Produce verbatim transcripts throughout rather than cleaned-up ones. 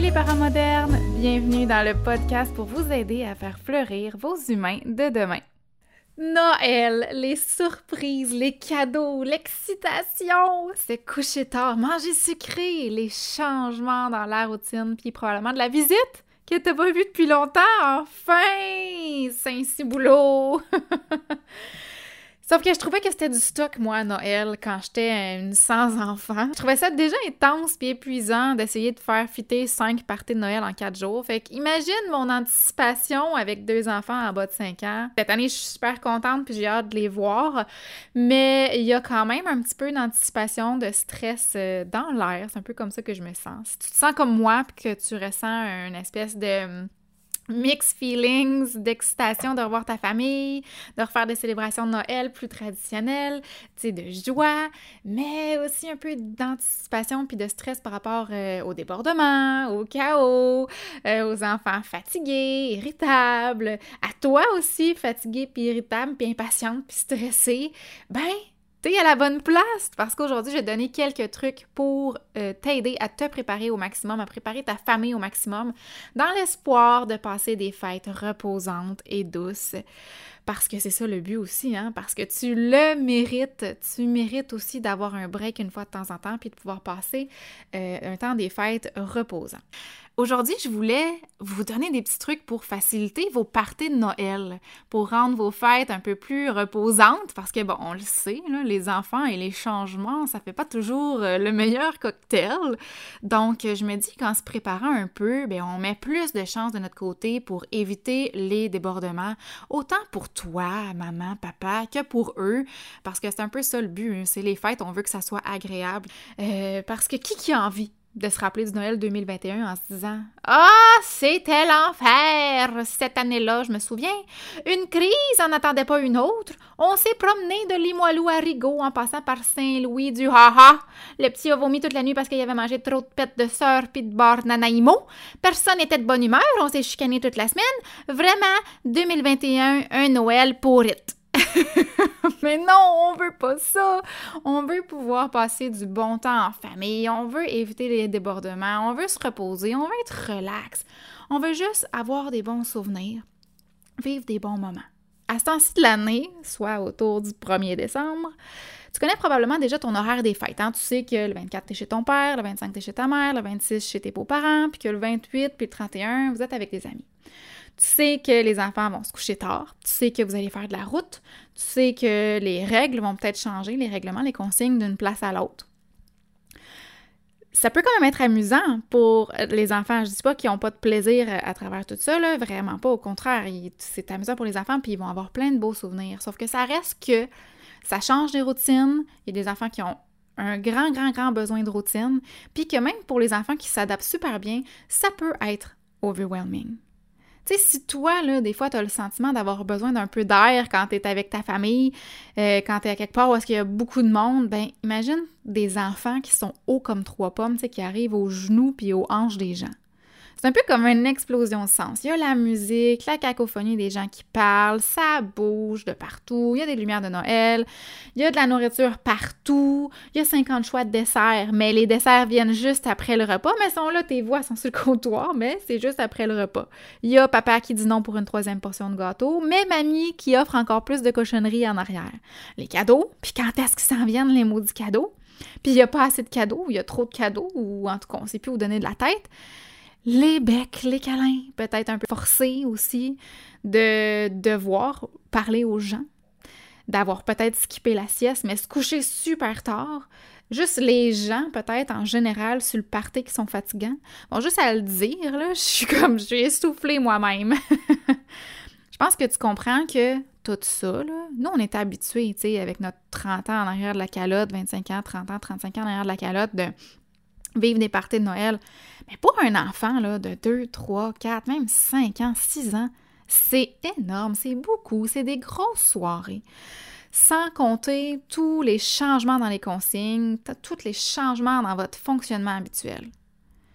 les parents modernes! Bienvenue dans le podcast pour vous aider à faire fleurir vos humains de demain. Noël, les surprises, les cadeaux, l'excitation, se coucher tard, manger sucré, les changements dans la routine, puis probablement de la visite que t'as pas vue depuis longtemps, enfin! Saint-Ciboulot! Sauf que je trouvais que c'était du stock, moi, à Noël, quand j'étais une sans enfant. Je trouvais ça déjà intense puis épuisant d'essayer de faire fitter cinq parties de Noël en quatre jours. Fait qu'imagine mon anticipation avec deux enfants en bas de cinq ans. Cette année, je suis super contente puis j'ai hâte de les voir. Mais il y a quand même un petit peu d'anticipation, de stress dans l'air. C'est un peu comme ça que je me sens. Si tu te sens comme moi puis que tu ressens une espèce de mixed feelings, d'excitation de revoir ta famille, de refaire des célébrations de Noël plus traditionnelles, tu sais, de joie, mais aussi un peu d'anticipation puis de stress par rapport euh, au débordement, au chaos, euh, aux enfants fatigués, irritables, à toi aussi fatigué puis irritable puis impatiente puis stressée, ben t'es à la bonne place, parce qu'aujourd'hui, je vais te donner quelques trucs pour euh, t'aider à te préparer au maximum, à préparer ta famille au maximum, dans l'espoir de passer des fêtes reposantes et douces. Parce que c'est ça le but aussi, hein? Parce que tu le mérites. Tu mérites aussi d'avoir un break une fois de temps en temps, puis de pouvoir passer euh, un temps des fêtes reposant. Aujourd'hui, je voulais vous donner des petits trucs pour faciliter vos parties de Noël, pour rendre vos fêtes un peu plus reposantes, parce que, bon, on le sait, là, les enfants et les changements, ça fait pas toujours le meilleur cocktail. Donc, je me dis qu'en se préparant un peu, bien, on met plus de chances de notre côté pour éviter les débordements, autant pour toi, maman, papa, que pour eux, parce que c'est un peu ça le but, hein, c'est les fêtes, on veut que ça soit agréable, euh, parce que qui qui a envie de se rappeler du Noël deux mille vingt et un en se disant « Ah, c'était l'enfer! Cette année-là, je me souviens, une crise en attendait pas une autre. On s'est promené de Limoilou à Rigaud en passant par Saint-Louis du ha-ha. Le petit a vomi toute la nuit parce qu'il avait mangé trop de pètes de sœur pis de bar Nanaimo. Personne n'était de bonne humeur, on s'est chicané toute la semaine. Vraiment, deux mille vingt et un, un Noël pourrite. » Mais non, on veut pas ça. On veut pouvoir passer du bon temps en famille. On veut éviter les débordements. On veut se reposer. On veut être relax. On veut juste avoir des bons souvenirs. Vivre des bons moments. À ce temps-ci de l'année, soit autour du premier décembre, tu connais probablement déjà ton horaire des fêtes. Hein? Tu sais que le vingt-quatre, t'es chez ton père, le vingt-cinq, t'es chez ta mère, le vingt-six, chez tes beaux-parents, puis que le vingt-huit, puis le trente et un, vous êtes avec des amis. Tu sais que les enfants vont se coucher tard, tu sais que vous allez faire de la route, tu sais que les règles vont peut-être changer, les règlements, les consignes d'une place à l'autre. Ça peut quand même être amusant pour les enfants. Je dis pas qu'ils n'ont pas de plaisir à travers tout ça, là, vraiment pas. Au contraire, c'est amusant pour les enfants, puis ils vont avoir plein de beaux souvenirs. Sauf que ça reste que ça change des routines. Il y a des enfants qui ont un grand, grand, grand besoin de routine, puis que même pour les enfants qui s'adaptent super bien, ça peut être overwhelming. Tu sais, si toi, là, des fois, tu as le sentiment d'avoir besoin d'un peu d'air quand tu es avec ta famille, euh, quand tu es à quelque part où est-ce qu'il y a beaucoup de monde, ben imagine des enfants qui sont hauts comme trois pommes, tu sais, qui arrivent aux genoux puis aux hanches des gens. C'est un peu comme une explosion de sens. Il y a la musique, la cacophonie des gens qui parlent, ça bouge de partout, il y a des lumières de Noël, il y a de la nourriture partout, il y a cinquante choix de desserts, mais les desserts viennent juste après le repas, mais sont là, tes voix sont sur le comptoir, mais c'est juste après le repas. Il y a papa qui dit non pour une troisième portion de gâteau, mais mamie qui offre encore plus de cochonneries en arrière. Les cadeaux, puis quand est-ce qu'ils s'en viennent, les maudits cadeaux? Puis il n'y a pas assez de cadeaux, il y a trop de cadeaux, ou en tout cas, on ne sait plus où donner de la tête. Les becs, les câlins, peut-être un peu forcés aussi, de devoir parler aux gens, d'avoir peut-être skippé la sieste, mais se coucher super tard. Juste les gens, peut-être, en général, sur le party qui sont fatigants. Bon, juste à le dire, là, je suis comme, je suis essoufflée moi-même. Je pense que tu comprends que tout ça, là, nous, on était habitués, tu sais, avec notre trente ans en arrière de la calotte, vingt-cinq ans, trente ans, trente-cinq ans en arrière de la calotte, de vivre des parties de Noël. Mais pour un enfant là, de deux, trois, quatre, même cinq ans, six ans, c'est énorme, c'est beaucoup, c'est des grosses soirées. Sans compter tous les changements dans les consignes, tous les changements dans votre fonctionnement habituel.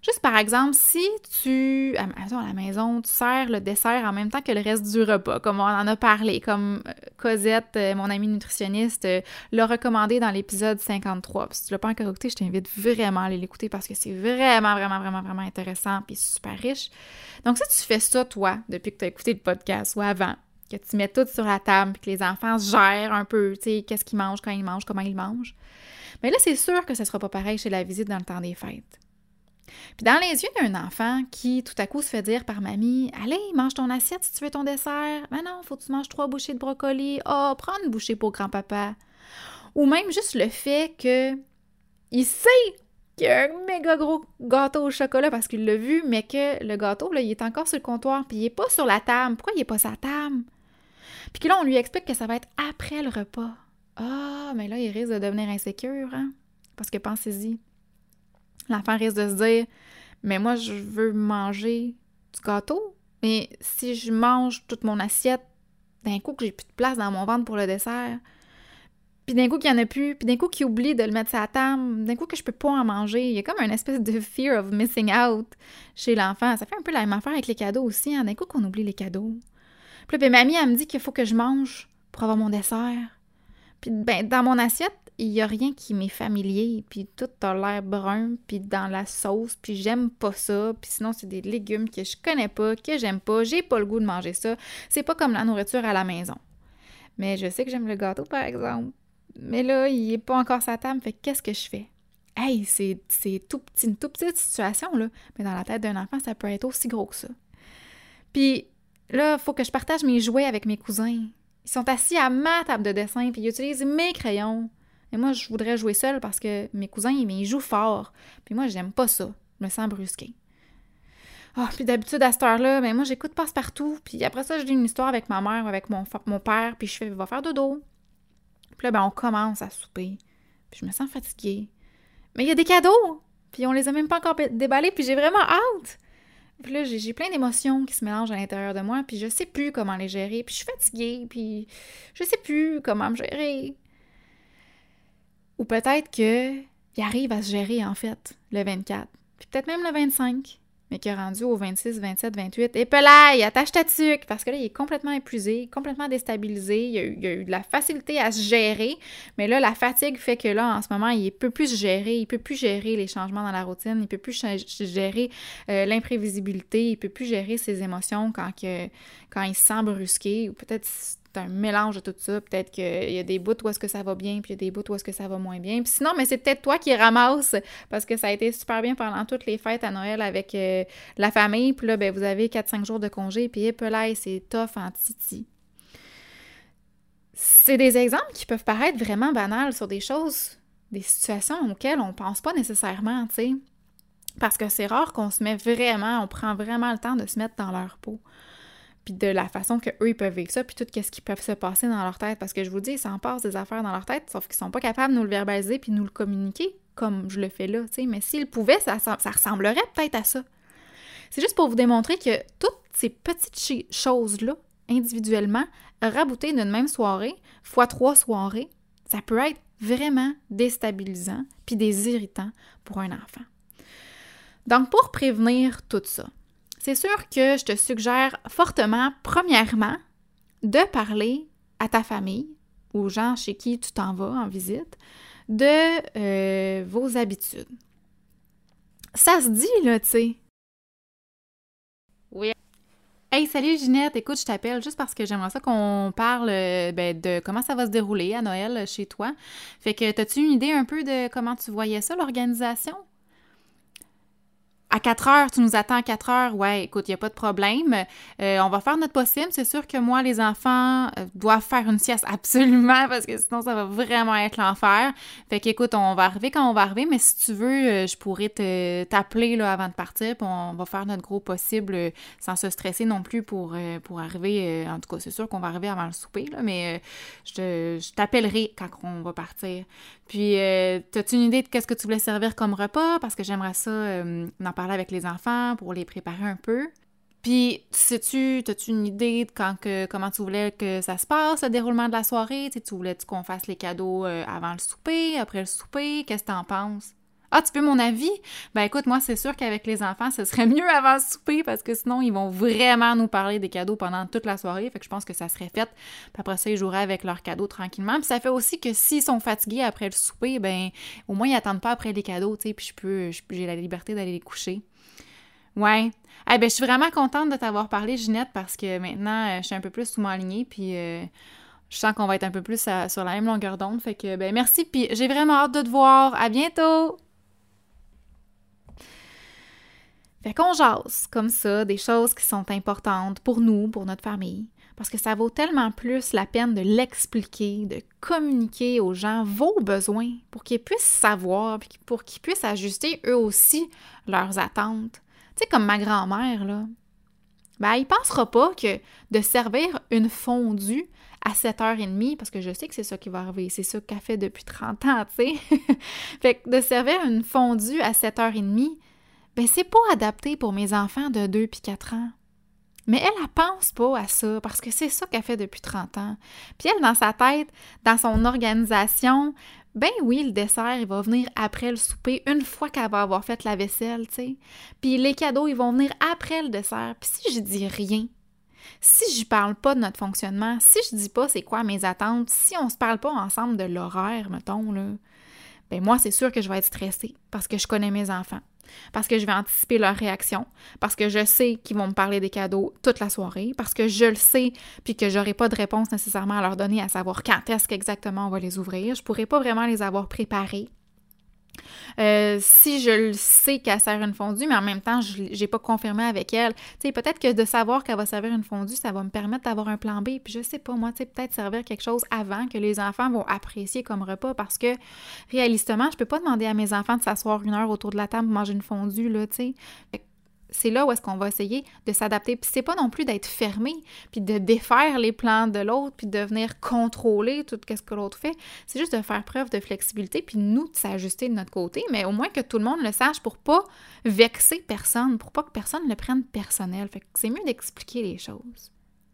Juste par exemple, si tu, à la maison, tu sers le dessert en même temps que le reste du repas, comme on en a parlé, comme Cosette, mon amie nutritionniste, l'a recommandé dans l'épisode cinquante-trois. Puis si tu l'as pas encore écouté, je t'invite vraiment à aller l'écouter parce que c'est vraiment, vraiment, vraiment, vraiment intéressant puis super riche. Donc si tu fais ça, toi, depuis que tu as écouté le podcast ou avant, que tu mets tout sur la table puis que les enfants gèrent un peu, tu sais, qu'est-ce qu'ils mangent, quand ils mangent, comment ils mangent, mais là, c'est sûr que ce sera pas pareil chez la visite dans le temps des fêtes. Puis dans les yeux d'un enfant qui, tout à coup, se fait dire par mamie « Allez, mange ton assiette si tu veux ton dessert. Mais non, faut que tu manges trois bouchées de brocoli. Ah, oh, prends une bouchée pour grand-papa. » Ou même juste le fait que il sait qu'il y a un méga gros gâteau au chocolat parce qu'il l'a vu, mais que le gâteau, là, il est encore sur le comptoir puis il est pas sur la table. Pourquoi il est pas sur la table? Puis que là, on lui explique que ça va être après le repas. Ah, mais là, il risque de devenir insécure, hein? Parce que pensez-y. L'enfant risque de se dire « Mais moi, je veux manger du gâteau, mais si je mange toute mon assiette, d'un coup que j'ai plus de place dans mon ventre pour le dessert, puis d'un coup qu'il n'y en a plus, puis d'un coup qu'il oublie de le mettre sur la table, d'un coup que je peux pas en manger. » Il y a comme une espèce de fear of missing out chez l'enfant. Ça fait un peu la même affaire avec les cadeaux aussi, hein? D'un coup qu'on oublie les cadeaux. Puis là, ben, mamie, elle me dit qu'il faut que je mange pour avoir mon dessert. Puis ben, dans mon assiette, il n'y a rien qui m'est familier, puis tout a l'air brun, puis dans la sauce, puis j'aime pas ça, puis sinon c'est des légumes que je connais pas, que j'aime pas, j'ai pas le goût de manger ça. C'est pas comme la nourriture à la maison. Mais je sais que j'aime le gâteau, par exemple. Mais là, il est pas encore sa table, fait qu'est-ce que je fais? Hey, c'est, c'est tout petit, une toute petite situation, là. Mais dans la tête d'un enfant, ça peut être aussi gros que ça. Puis là, il faut que je partage mes jouets avec mes cousins. Ils sont assis à ma table de dessin, puis ils utilisent mes crayons. Et moi, je voudrais jouer seule parce que mes cousins, ils jouent fort. Puis moi, j'aime pas ça. Je me sens brusquée. Ah, oh, puis d'habitude, à cette heure-là, ben moi, j'écoute Passe-Partout. Puis après ça, je lis une histoire avec ma mère, avec mon, mon père, puis je fais « va faire dodo ». Puis là, ben on commence à souper. Puis je me sens fatiguée. Mais il y a des cadeaux! Puis on les a même pas encore déballés, puis j'ai vraiment hâte! Puis là, j'ai, j'ai plein d'émotions qui se mélangent à l'intérieur de moi, puis je sais plus comment les gérer, puis je suis fatiguée, puis je sais plus comment me gérer. Ou peut-être qu'il arrive à se gérer, en fait, le vingt-quatre. Puis peut-être même le vingt-cinq. Mais qu'il est rendu au vingt-six, vingt-sept, vingt-huit. Et pelaille, attache ta tuque! Parce que là, il est complètement épuisé, complètement déstabilisé. Il a, eu, il a eu de la facilité à se gérer. Mais là, la fatigue fait que là, en ce moment, il ne peut plus se gérer. Il ne peut plus gérer les changements dans la routine. Il ne peut plus gérer euh, l'imprévisibilité. Il ne peut plus gérer ses émotions quand, que, quand il se sent brusqué. Ou peut-être c'est un mélange de tout ça. Peut-être qu'il y a des bouts où est-ce que ça va bien, puis il y a des bouts où est-ce que ça va moins bien. Puis sinon, mais c'est peut-être toi qui ramasses, parce que ça a été super bien pendant toutes les fêtes à Noël avec euh, la famille. Puis là, ben, vous avez quatre cinq jours de congé, puis épelaille, c'est tough en titi. C'est des exemples qui peuvent paraître vraiment banals sur des choses, des situations auxquelles on pense pas nécessairement, tu sais. Parce que c'est rare qu'on se met vraiment, on prend vraiment le temps de se mettre dans leur peau. Puis de la façon qu'eux, ils peuvent vivre ça, puis tout ce qui peut se passer dans leur tête. Parce que je vous dis, ils s'en passent des affaires dans leur tête, sauf qu'ils sont pas capables de nous le verbaliser puis nous le communiquer, comme je le fais là, tu sais. Mais s'ils pouvaient, ça, ça ressemblerait peut-être à ça. C'est juste pour vous démontrer que toutes ces petites choses-là, individuellement, raboutées d'une même soirée, fois trois soirées, ça peut être vraiment déstabilisant puis des irritants pour un enfant. Donc, pour prévenir tout ça, c'est sûr que je te suggère fortement, premièrement, de parler à ta famille, aux gens chez qui tu t'en vas en visite, de euh, vos habitudes. Ça se dit, là, tu sais. Oui. Hey, salut Ginette! Écoute, je t'appelle juste parce que j'aimerais ça qu'on parle euh, ben, de comment ça va se dérouler à Noël chez toi. Fait que, t'as-tu une idée un peu de comment tu voyais ça, l'organisation? À quatre heures, tu nous attends à quatre heures? Ouais, écoute, il n'y a pas de problème. Euh, on va faire notre possible. C'est sûr que moi, les enfants euh, doivent faire une sieste absolument parce que sinon, ça va vraiment être l'enfer. Fait qu'écoute, on va arriver quand on va arriver, mais si tu veux, euh, je pourrais te, t'appeler là, avant de partir, puis on va faire notre gros possible euh, sans se stresser non plus pour, euh, pour arriver. Euh, en tout cas, c'est sûr qu'on va arriver avant le souper, là, mais euh, je, te, je t'appellerai quand on va partir. Puis, euh, t'as-tu une idée de qu'est-ce que tu voulais servir comme repas? Parce que j'aimerais ça euh, en parler avec les enfants pour les préparer un peu. Puis, sais-tu, t'as-tu une idée de quand que, comment tu voulais que ça se passe, le déroulement de la soirée? T'sais, tu voulais-tu qu'on fasse les cadeaux euh, avant le souper, après le souper? Qu'est-ce que t'en penses? Ah, tu veux mon avis? Ben écoute, moi, c'est sûr qu'avec les enfants, ce serait mieux avant le souper parce que sinon, ils vont vraiment nous parler des cadeaux pendant toute la soirée. Fait que je pense que ça serait fait. Puis après ça, ils joueraient avec leurs cadeaux tranquillement. Puis ça fait aussi que s'ils sont fatigués après le souper, ben au moins, ils n'attendent pas après les cadeaux, tu sais, puis je peux, j'ai la liberté d'aller les coucher. Ouais. Eh ben, je suis vraiment contente de t'avoir parlé, Ginette, parce que maintenant, je suis un peu plus sous mon lignée, puis euh, je sens qu'on va être un peu plus à, sur la même longueur d'onde. Fait que, ben merci, puis j'ai vraiment hâte de te voir. À bientôt! Fait qu'on jase comme ça des choses qui sont importantes pour nous, pour notre famille, parce que ça vaut tellement plus la peine de l'expliquer, de communiquer aux gens vos besoins pour qu'ils puissent savoir, puis pour qu'ils puissent ajuster eux aussi leurs attentes. Tu sais, comme ma grand-mère, là, ben elle pensera pas que de servir une fondue à sept heures trente, parce que je sais que c'est ça qui va arriver, c'est ça qu'elle fait depuis trente ans, tu sais. Fait que de servir une fondue à sept heures trente, ben c'est pas adapté pour mes enfants de deux puis quatre ans. Mais elle, elle pense pas à ça, parce que c'est ça qu'elle fait depuis trente ans. Puis elle, dans sa tête, dans son organisation, ben oui, le dessert, il va venir après le souper, une fois qu'elle va avoir fait la vaisselle, tu sais. Puis les cadeaux, ils vont venir après le dessert. Puis si je dis rien, si je parle pas de notre fonctionnement, si je dis pas c'est quoi mes attentes, si on se parle pas ensemble de l'horaire, mettons, là, ben moi, c'est sûr que je vais être stressée, parce que je connais mes enfants. Parce que je vais anticiper leurs réactions, parce que je sais qu'ils vont me parler des cadeaux toute la soirée, parce que je le sais, puis que j'aurai pas de réponse nécessairement à leur donner, à savoir quand est-ce qu'exactement on va les ouvrir. Je pourrai pas vraiment les avoir préparés. Euh, si je le sais qu'elle sert une fondue, mais en même temps, je n'ai pas confirmé avec elle, tu sais, peut-être que de savoir qu'elle va servir une fondue, ça va me permettre d'avoir un plan B, puis je sais pas, moi, tu sais, peut-être servir quelque chose avant que les enfants vont apprécier comme repas, parce que, réalistement, je peux pas demander à mes enfants de s'asseoir une heure autour de la table pour manger une fondue, là, tu sais. C'est là où est-ce qu'on va essayer de s'adapter. Puis c'est pas non plus d'être fermé, puis de défaire les plans de l'autre, puis de venir contrôler tout ce que l'autre fait. C'est juste de faire preuve de flexibilité, puis nous, de s'ajuster de notre côté, mais au moins que tout le monde le sache pour pas vexer personne, pour pas que personne le prenne personnel. Fait que c'est mieux d'expliquer les choses.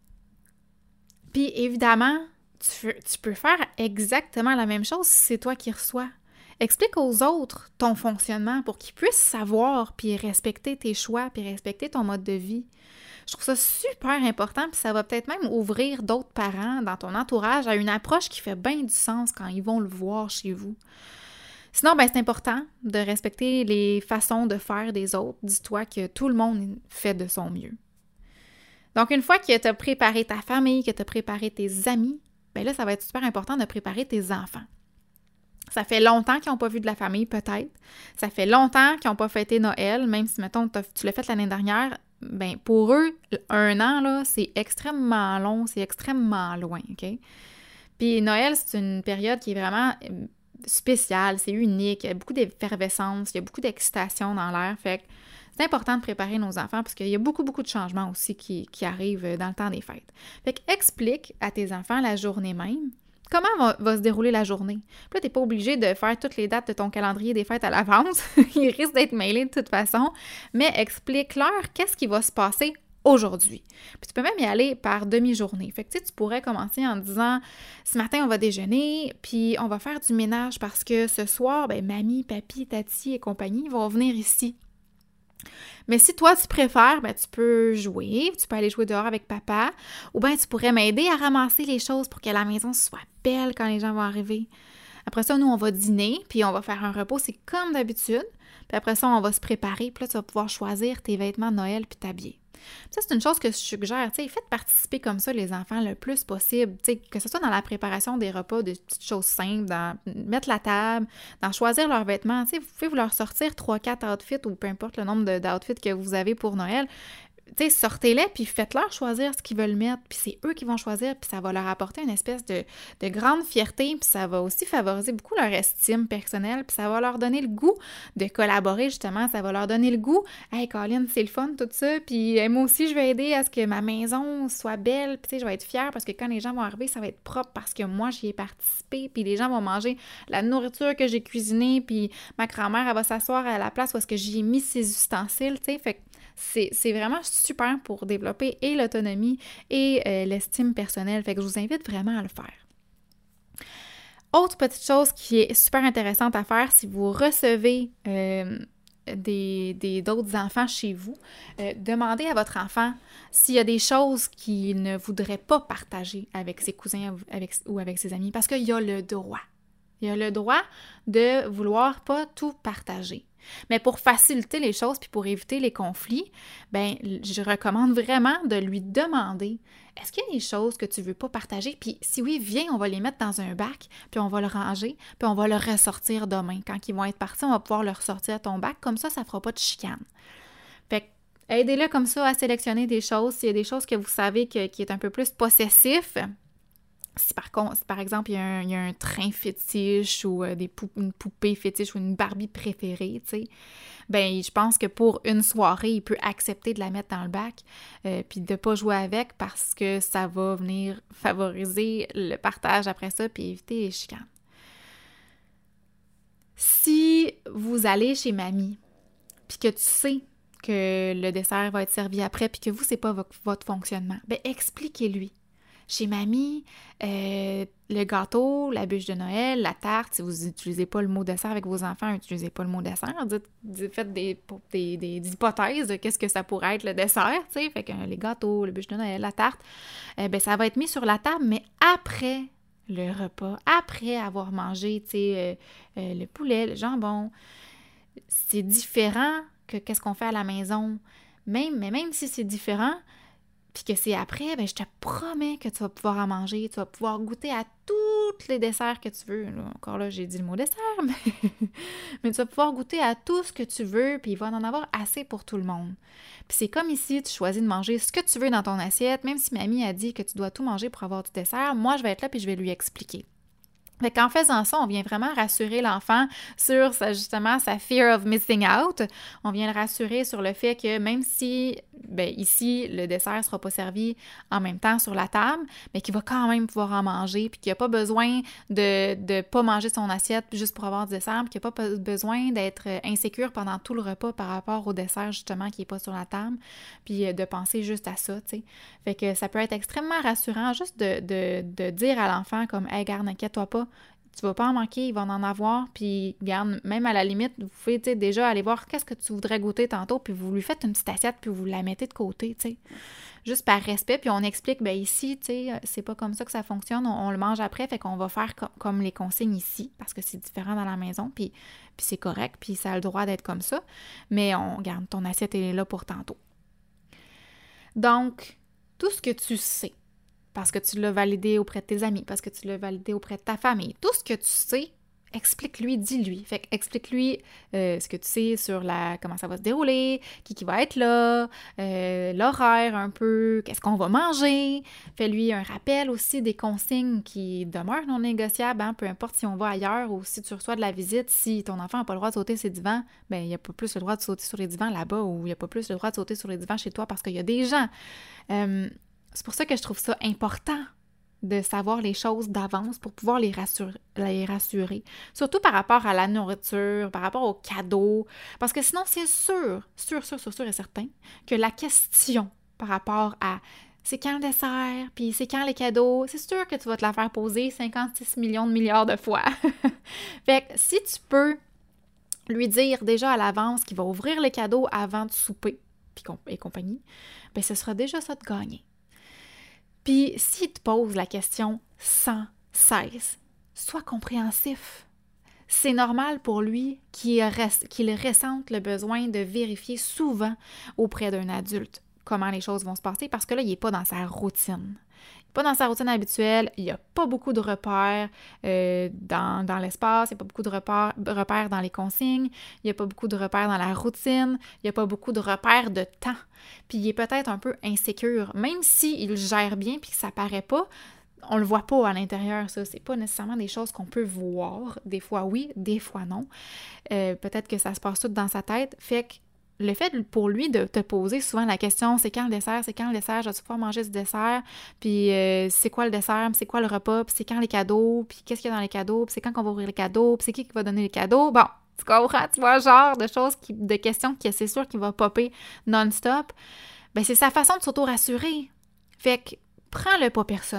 Puis évidemment, tu, tu peux faire exactement la même chose si c'est toi qui reçois. Explique aux autres ton fonctionnement pour qu'ils puissent savoir puis respecter tes choix puis respecter ton mode de vie. Je trouve ça super important puis ça va peut-être même ouvrir d'autres parents dans ton entourage à une approche qui fait bien du sens quand ils vont le voir chez vous. Sinon, ben c'est important de respecter les façons de faire des autres. Dis-toi que tout le monde fait de son mieux. Donc, une fois que tu as préparé ta famille, que tu as préparé tes amis, ben là, ça va être super important de préparer tes enfants. Ça fait longtemps qu'ils n'ont pas vu de la famille, peut-être. Ça fait longtemps qu'ils n'ont pas fêté Noël, même si, mettons, tu l'as fait l'année dernière. Ben pour eux, un an, là, c'est extrêmement long, c'est extrêmement loin, OK? Puis Noël, c'est une période qui est vraiment spéciale, c'est unique, il y a beaucoup d'effervescence, il y a beaucoup d'excitation dans l'air, fait que c'est important de préparer nos enfants parce qu'il y a beaucoup, beaucoup de changements aussi qui, qui arrivent dans le temps des fêtes. Fait que explique à tes enfants la journée même comment va, va se dérouler la journée. Puis là, t'es pas obligé de faire toutes les dates de ton calendrier des fêtes à l'avance. Ils risquent d'être mêlés de toute façon. Mais explique-leur qu'est-ce qui va se passer aujourd'hui. Puis tu peux même y aller par demi-journée. Fait que tu sais, tu pourrais commencer en disant « Ce matin, on va déjeuner, puis on va faire du ménage parce que ce soir, ben mamie, papi, tati et compagnie vont venir ici. » Mais si toi, tu préfères, ben tu peux jouer, tu peux aller jouer dehors avec papa, ou bien tu pourrais m'aider à ramasser les choses pour que la maison soit belle quand les gens vont arriver. Après ça, nous, on va dîner, puis on va faire un repos, c'est comme d'habitude. Puis après ça, on va se préparer, puis là, tu vas pouvoir choisir tes vêtements de Noël puis t'habiller. Ça, c'est une chose que je suggère, tu sais, faites participer comme ça les enfants le plus possible, tu sais, que ce soit dans la préparation des repas, des petites choses simples, dans mettre la table, dans choisir leurs vêtements, tu sais, vous pouvez vous leur sortir trois quatre outfits ou peu importe le nombre de, d'outfits que vous avez pour Noël. Tu sais, sortez-les, puis faites-leur choisir ce qu'ils veulent mettre, puis c'est eux qui vont choisir, puis ça va leur apporter une espèce de, de grande fierté, puis ça va aussi favoriser beaucoup leur estime personnelle, puis ça va leur donner le goût de collaborer, justement, ça va leur donner le goût « Hey, Colin, c'est le fun, tout ça, puis moi aussi, je vais aider à ce que ma maison soit belle, puis tu sais, je vais être fière, parce que quand les gens vont arriver, ça va être propre, parce que moi, j'y ai participé, puis les gens vont manger la nourriture que j'ai cuisinée, puis ma grand-mère, elle va s'asseoir à la place où est-ce que j'y ai mis ses ustensiles, tu sais, fait que C'est, c'est vraiment super pour développer et l'autonomie et euh, l'estime personnelle. Fait que je vous invite vraiment à le faire. Autre petite chose qui est super intéressante à faire si vous recevez euh, des, des, d'autres enfants chez vous, euh, demandez à votre enfant s'il y a des choses qu'il ne voudrait pas partager avec ses cousins avec, ou avec ses amis, parce qu'il a le droit. Il a le droit de vouloir pas tout partager. Mais pour faciliter les choses puis pour éviter les conflits, ben je recommande vraiment de lui demander est-ce qu'il y a des choses que tu veux pas partager? Puis si oui, viens, on va les mettre dans un bac, puis on va le ranger, puis on va le ressortir demain. Quand ils vont être partis, on va pouvoir le ressortir à ton bac, comme ça, ça fera pas de chicane. Fait que aidez-le comme ça à sélectionner des choses. S'il y a des choses que vous savez que, qui est un peu plus possessif, si par contre, si par exemple, il y a un, il y a un train fétiche ou euh, des pou- une poupée fétiche ou une Barbie préférée, tu sais, ben je pense que pour une soirée, il peut accepter de la mettre dans le bac euh, puis de pas jouer avec parce que ça va venir favoriser le partage après ça puis éviter les chicanes. Si vous allez chez mamie puis que tu sais que le dessert va être servi après puis que vous, c'est pas votre, votre fonctionnement, ben expliquez-lui. Chez mamie, euh, le gâteau, la bûche de Noël, la tarte, si vous n'utilisez pas le mot dessert avec vos enfants, n'utilisez pas le mot dessert. Dites, dites, faites des, des, des, des hypothèses de qu'est-ce que ça pourrait être le dessert, tu sais. Fait que euh, les gâteaux, la bûche de Noël, la tarte, euh, ben ça va être mis sur la table, mais après le repas, après avoir mangé, tu sais, euh, euh, le poulet, le jambon. C'est différent que qu'est-ce qu'on fait à la maison. Même, mais même si c'est différent, puis que c'est après, ben je te promets que tu vas pouvoir en manger, tu vas pouvoir goûter à tous les desserts que tu veux. Là, encore là, j'ai dit le mot dessert, mais... mais tu vas pouvoir goûter à tout ce que tu veux, puis il va en avoir assez pour tout le monde. Puis c'est comme ici, tu choisis de manger ce que tu veux dans ton assiette, même si mamie a dit que tu dois tout manger pour avoir du dessert, moi je vais être là puis je vais lui expliquer. Fait qu'en faisant ça, on vient vraiment rassurer l'enfant sur sa, justement sa fear of missing out. On vient le rassurer sur le fait que même si, ben ici, le dessert ne sera pas servi en même temps sur la table, mais qu'il va quand même pouvoir en manger, puis qu'il n'y a pas besoin de ne pas manger son assiette juste pour avoir du dessert, puis qu'il n'y a pas besoin d'être insécure pendant tout le repas par rapport au dessert, justement, qui n'est pas sur la table, puis de penser juste à ça, tu sais. Fait que ça peut être extrêmement rassurant juste de, de, de dire à l'enfant comme « Hey, garde, n'inquiète-toi pas, tu vas pas en manquer, il va en avoir, puis garde, même à la limite, vous pouvez déjà aller voir qu'est-ce que tu voudrais goûter tantôt, puis vous lui faites une petite assiette, puis vous la mettez de côté, tu sais, juste par respect, puis on explique, ben ici, tu sais, c'est pas comme ça que ça fonctionne, on, on le mange après, fait qu'on va faire com- comme les consignes ici, parce que c'est différent dans la maison, puis, puis c'est correct, puis ça a le droit d'être comme ça, mais on garde ton assiette, elle est là pour tantôt. Donc, tout ce que tu sais, parce que tu l'as validé auprès de tes amis, parce que tu l'as validé auprès de ta famille. Tout ce que tu sais, explique-lui, dis-lui. Fait explique-lui euh, ce que tu sais sur la comment ça va se dérouler, qui qui va être là, euh, l'horaire un peu, qu'est-ce qu'on va manger. Fais-lui un rappel aussi des consignes qui demeurent non négociables, hein, peu importe si on va ailleurs ou si tu reçois de la visite, si ton enfant n'a pas le droit de sauter ses divans, ben il n'y a pas plus le droit de sauter sur les divans là-bas ou il n'y a pas plus le droit de sauter sur les divans chez toi parce qu'il y a des gens. Euh, C'est pour ça que je trouve ça important de savoir les choses d'avance pour pouvoir les rassurer, les rassurer. Surtout par rapport à la nourriture, par rapport aux cadeaux. Parce que sinon, c'est sûr, sûr, sûr, sûr, sûr et certain que la question par rapport à c'est quand le dessert, puis c'est quand les cadeaux, c'est sûr que tu vas te la faire poser cinquante-six millions de milliards de fois. Fait que si tu peux lui dire déjà à l'avance qu'il va ouvrir les cadeaux avant de souper puis et compagnie, bien, ce sera déjà ça de gagner. Puis, s'il te pose la question sans cesse, sois compréhensif. C'est normal pour lui qu'il, reste, qu'il ressente le besoin de vérifier souvent auprès d'un adulte comment les choses vont se passer parce que là, il n'est pas dans sa routine. Il n'est pas dans sa routine habituelle, il n'y a pas beaucoup de repères euh, dans, dans l'espace, il n'y a pas beaucoup de repères, repères dans les consignes, il n'y a pas beaucoup de repères dans la routine, il n'y a pas beaucoup de repères de temps. Puis il est peut-être un peu insécure, même s'il gère bien puis que ça paraît pas, on le voit pas à l'intérieur, ça. C'est pas nécessairement des choses qu'on peut voir. Des fois oui, des fois non. Euh, peut-être que ça se passe tout dans sa tête. Fait que le fait pour lui de te poser souvent la question, c'est quand le dessert, c'est quand le dessert, je vais pouvoir manger ce dessert, puis euh, c'est quoi le dessert, puis c'est quoi le repas, puis c'est quand les cadeaux, puis qu'est-ce qu'il y a dans les cadeaux, puis c'est quand qu'on va ouvrir les cadeaux, puis c'est qui qui va donner les cadeaux. Bon, tu comprends, tu vois, genre de choses, qui, de questions qui c'est sûr qu'il va popper non-stop. Ben c'est sa façon de s'auto-rassurer. Fait que prends-le pas personnel,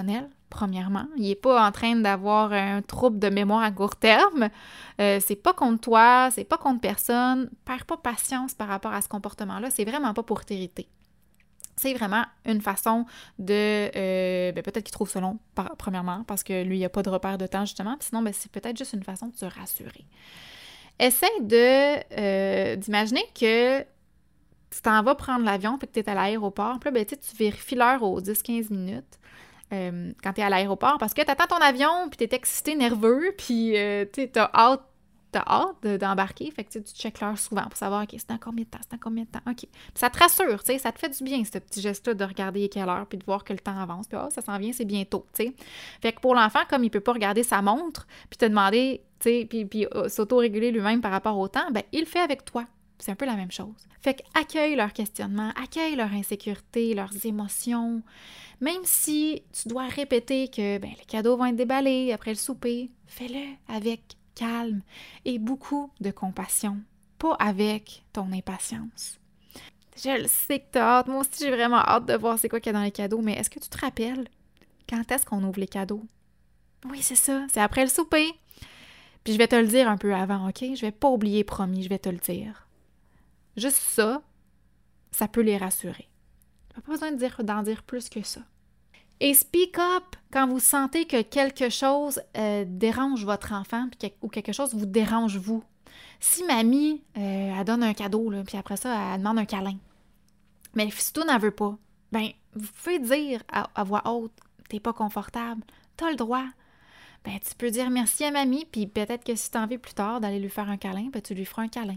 premièrement. Il n'est pas en train d'avoir un trouble de mémoire à court terme. Euh, c'est pas contre toi, c'est pas contre personne. Perds pas patience par rapport à ce comportement-là. C'est vraiment pas pour t'irriter. C'est vraiment une façon de... Euh, ben peut-être qu'il trouve ça long, par, premièrement, parce que lui, il n'a pas de repère de temps, justement. Puis sinon, ben, c'est peut-être juste une façon de se rassurer. Essaye de euh, d'imaginer que tu t'en vas prendre l'avion puis que tu es à l'aéroport. Puis là, ben, tu vérifies l'heure aux dix à quinze minutes euh, quand tu es à l'aéroport parce que tu attends ton avion puis tu es excité, nerveux, puis euh, tu as hâte T'as hâte d'embarquer, fait que tu checkes l'heure souvent pour savoir, OK, c'est dans combien de temps, c'est dans combien de temps, OK. Puis ça te rassure, tu sais, ça te fait du bien, ce petit geste-là de regarder à quelle heure, puis de voir que le temps avance, puis oh, ça s'en vient, c'est bientôt, tu sais. Fait que pour l'enfant, comme il peut pas regarder sa montre, puis te demander, tu sais, puis, puis uh, s'auto-réguler lui-même par rapport au temps, ben il le fait avec toi. C'est un peu la même chose. Fait que accueille leurs questionnements, accueille leur insécurité, leurs émotions. Même si tu dois répéter que ben, les cadeaux vont être déballés après le souper, fais-le avec calme et beaucoup de compassion, pas avec ton impatience. Je le sais que t'as hâte, moi aussi j'ai vraiment hâte de voir c'est quoi qu'il y a dans les cadeaux, mais est-ce que tu te rappelles quand est-ce qu'on ouvre les cadeaux? Oui, c'est ça, c'est après le souper. Puis je vais te le dire un peu avant, OK? Je vais pas oublier, promis, je vais te le dire. Juste ça, ça peut les rassurer. T'as pas besoin de dire, d'en dire plus que ça. Et speak up quand vous sentez que quelque chose euh, dérange votre enfant puis que, ou quelque chose vous dérange vous. Si mamie, euh, elle donne un cadeau, là, puis après ça, elle demande un câlin, mais Fistou n'en veut pas, ben vous pouvez dire à, à voix haute, t'es pas confortable, t'as le droit. Ben tu peux dire merci à mamie, puis peut-être que si t'as envie plus tard d'aller lui faire un câlin, ben tu lui feras un câlin.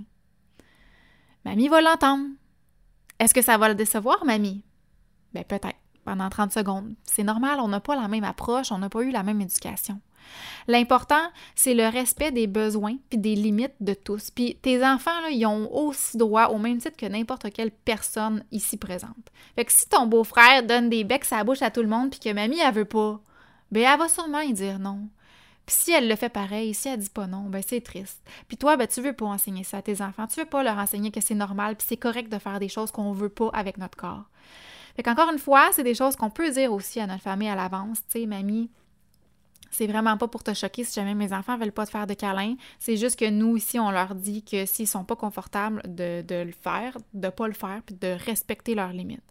Mamie va l'entendre. Est-ce que ça va le décevoir, mamie? Ben peut-être. Pendant trente secondes. C'est normal, on n'a pas la même approche, on n'a pas eu la même éducation. L'important, c'est le respect des besoins puis des limites de tous. Puis tes enfants, là, ils ont aussi droit, au même titre que n'importe quelle personne ici présente. Fait que si ton beau-frère donne des becs à la bouche à tout le monde puis que mamie, elle veut pas, ben elle va sûrement y dire non. Puis si elle le fait pareil, si elle dit pas non, ben c'est triste. Puis toi, ben tu veux pas enseigner ça à tes enfants, tu veux pas leur enseigner que c'est normal puis c'est correct de faire des choses qu'on veut pas avec notre corps. Fait qu'encore une fois, c'est des choses qu'on peut dire aussi à notre famille à l'avance. Tu sais, mamie, c'est vraiment pas pour te choquer si jamais mes enfants veulent pas te faire de câlin. C'est juste que nous, ici, on leur dit que s'ils sont pas confortables de, de le faire, de pas le faire, puis de respecter leurs limites.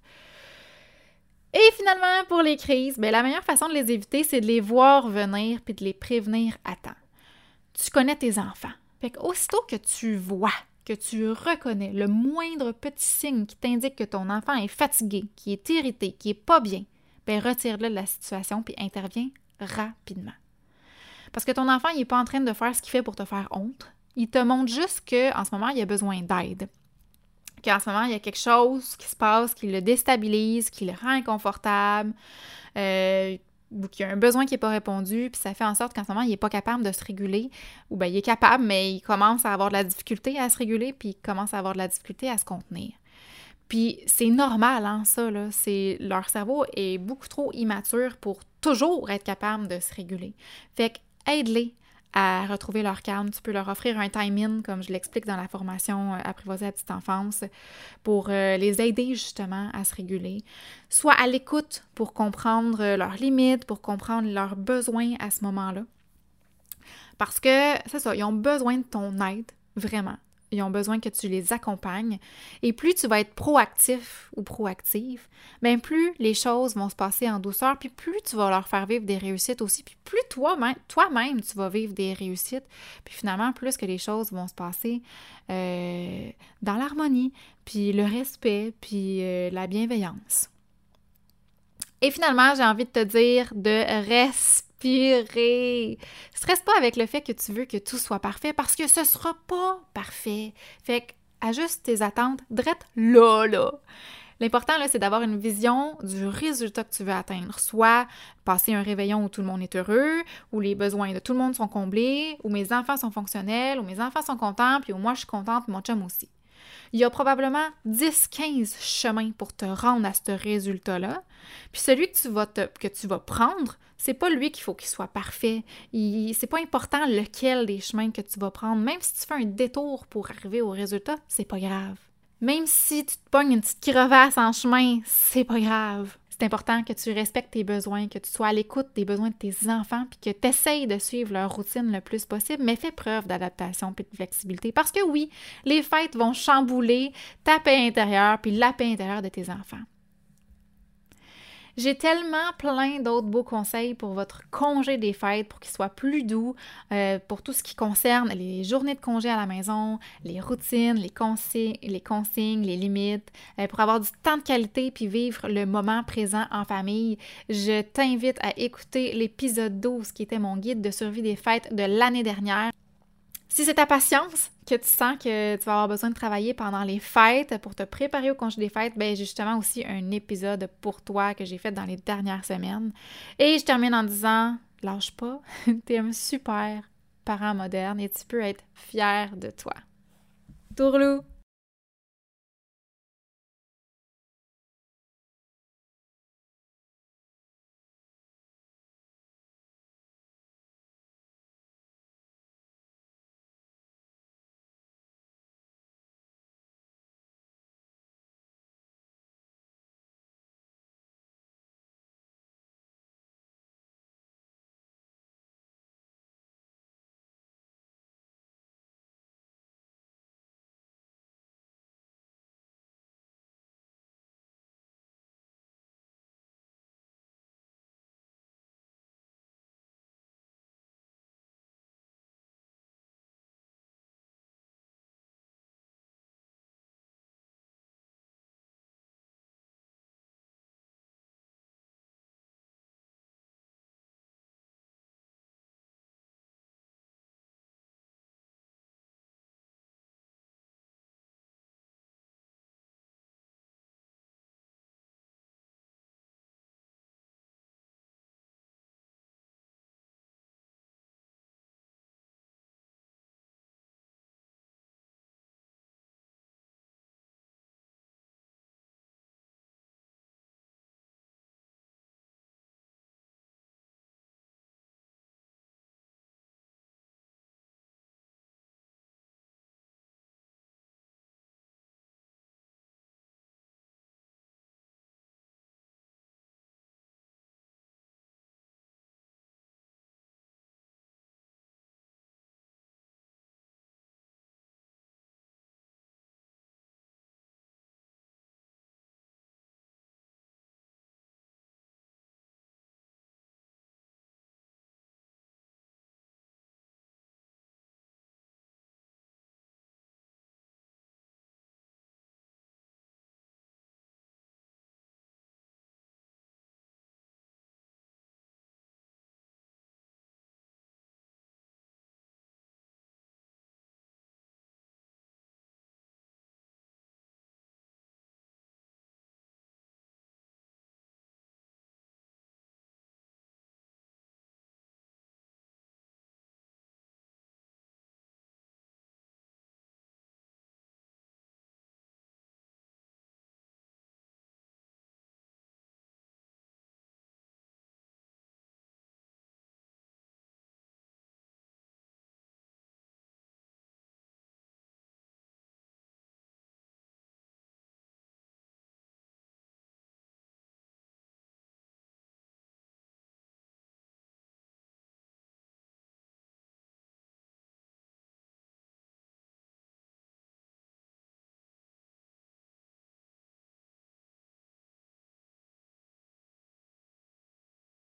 Et finalement, pour les crises, bien, la meilleure façon de les éviter, c'est de les voir venir puis de les prévenir à temps. Tu connais tes enfants. Fait qu'aussitôt que tu vois, que tu reconnais le moindre petit signe qui t'indique que ton enfant est fatigué, qui est irrité, qui est pas bien, bien retire-le de la situation puis interviens rapidement. Parce que ton enfant, il n'est pas en train de faire ce qu'il fait pour te faire honte. Il te montre juste qu'en ce moment, il a besoin d'aide. Qu'en ce moment, il y a quelque chose qui se passe qui le déstabilise, qui le rend inconfortable, euh, ou qu'il y a un besoin qui n'est pas répondu, puis ça fait en sorte qu'en ce moment, il n'est pas capable de se réguler, ou bien il est capable, mais il commence à avoir de la difficulté à se réguler, puis il commence à avoir de la difficulté à se contenir. Puis c'est normal, hein, ça, là, c'est, leur cerveau est beaucoup trop immature pour toujours être capable de se réguler. Fait que aide-les à retrouver leur calme. Tu peux leur offrir un time-in, comme je l'explique dans la formation Apprivoiser la petite enfance, pour euh, les aider justement à se réguler. Soit à l'écoute pour comprendre leurs limites, pour comprendre leurs besoins à ce moment-là. Parce que, c'est ça, ils ont besoin de ton aide, vraiment. Ils ont besoin que tu les accompagnes. Et plus tu vas être proactif ou proactive, bien plus les choses vont se passer en douceur, puis plus tu vas leur faire vivre des réussites aussi, puis plus toi-même, toi-même tu vas vivre des réussites, puis finalement, plus que les choses vont se passer euh, dans l'harmonie, puis le respect, puis euh, la bienveillance. Et finalement, j'ai envie de te dire de respirer. Stresse pas avec le fait que tu veux que tout soit parfait parce que ce sera pas parfait. Fait que ajuste tes attentes drette là, là. L'important, là, c'est d'avoir une vision du résultat que tu veux atteindre. Soit passer un réveillon où tout le monde est heureux, où les besoins de tout le monde sont comblés, où mes enfants sont fonctionnels, où mes enfants sont contents, puis où moi je suis contente, mon chum aussi. Il y a probablement dix à quinze chemins pour te rendre à ce résultat-là. Puis celui que tu vas, te, que tu vas prendre, c'est pas lui qu'il faut qu'il soit parfait. Il, c'est pas important lequel des chemins que tu vas prendre. Même si tu fais un détour pour arriver au résultat, c'est pas grave. Même si tu te pognes une petite crevasse en chemin, c'est pas grave. C'est important que tu respectes tes besoins, que tu sois à l'écoute des besoins de tes enfants, puis que tu essayes de suivre leur routine le plus possible, mais fais preuve d'adaptation et de flexibilité. Parce que oui, les fêtes vont chambouler ta paix intérieure puis la paix intérieure de tes enfants. J'ai tellement plein d'autres beaux conseils pour votre congé des fêtes, pour qu'il soit plus doux, euh, pour tout ce qui concerne les journées de congé à la maison, les routines, les consignes, les, consignes, les limites, euh, pour avoir du temps de qualité puis vivre le moment présent en famille. Je t'invite à écouter l'épisode douze qui était mon guide de survie des fêtes de l'année dernière. Si c'est ta patience, que tu sens que tu vas avoir besoin de travailler pendant les fêtes pour te préparer au congé des fêtes, ben j'ai justement aussi un épisode pour toi que j'ai fait dans les dernières semaines. Et je termine en disant, lâche pas, t'es un super parent moderne et tu peux être fier de toi. Tourlou!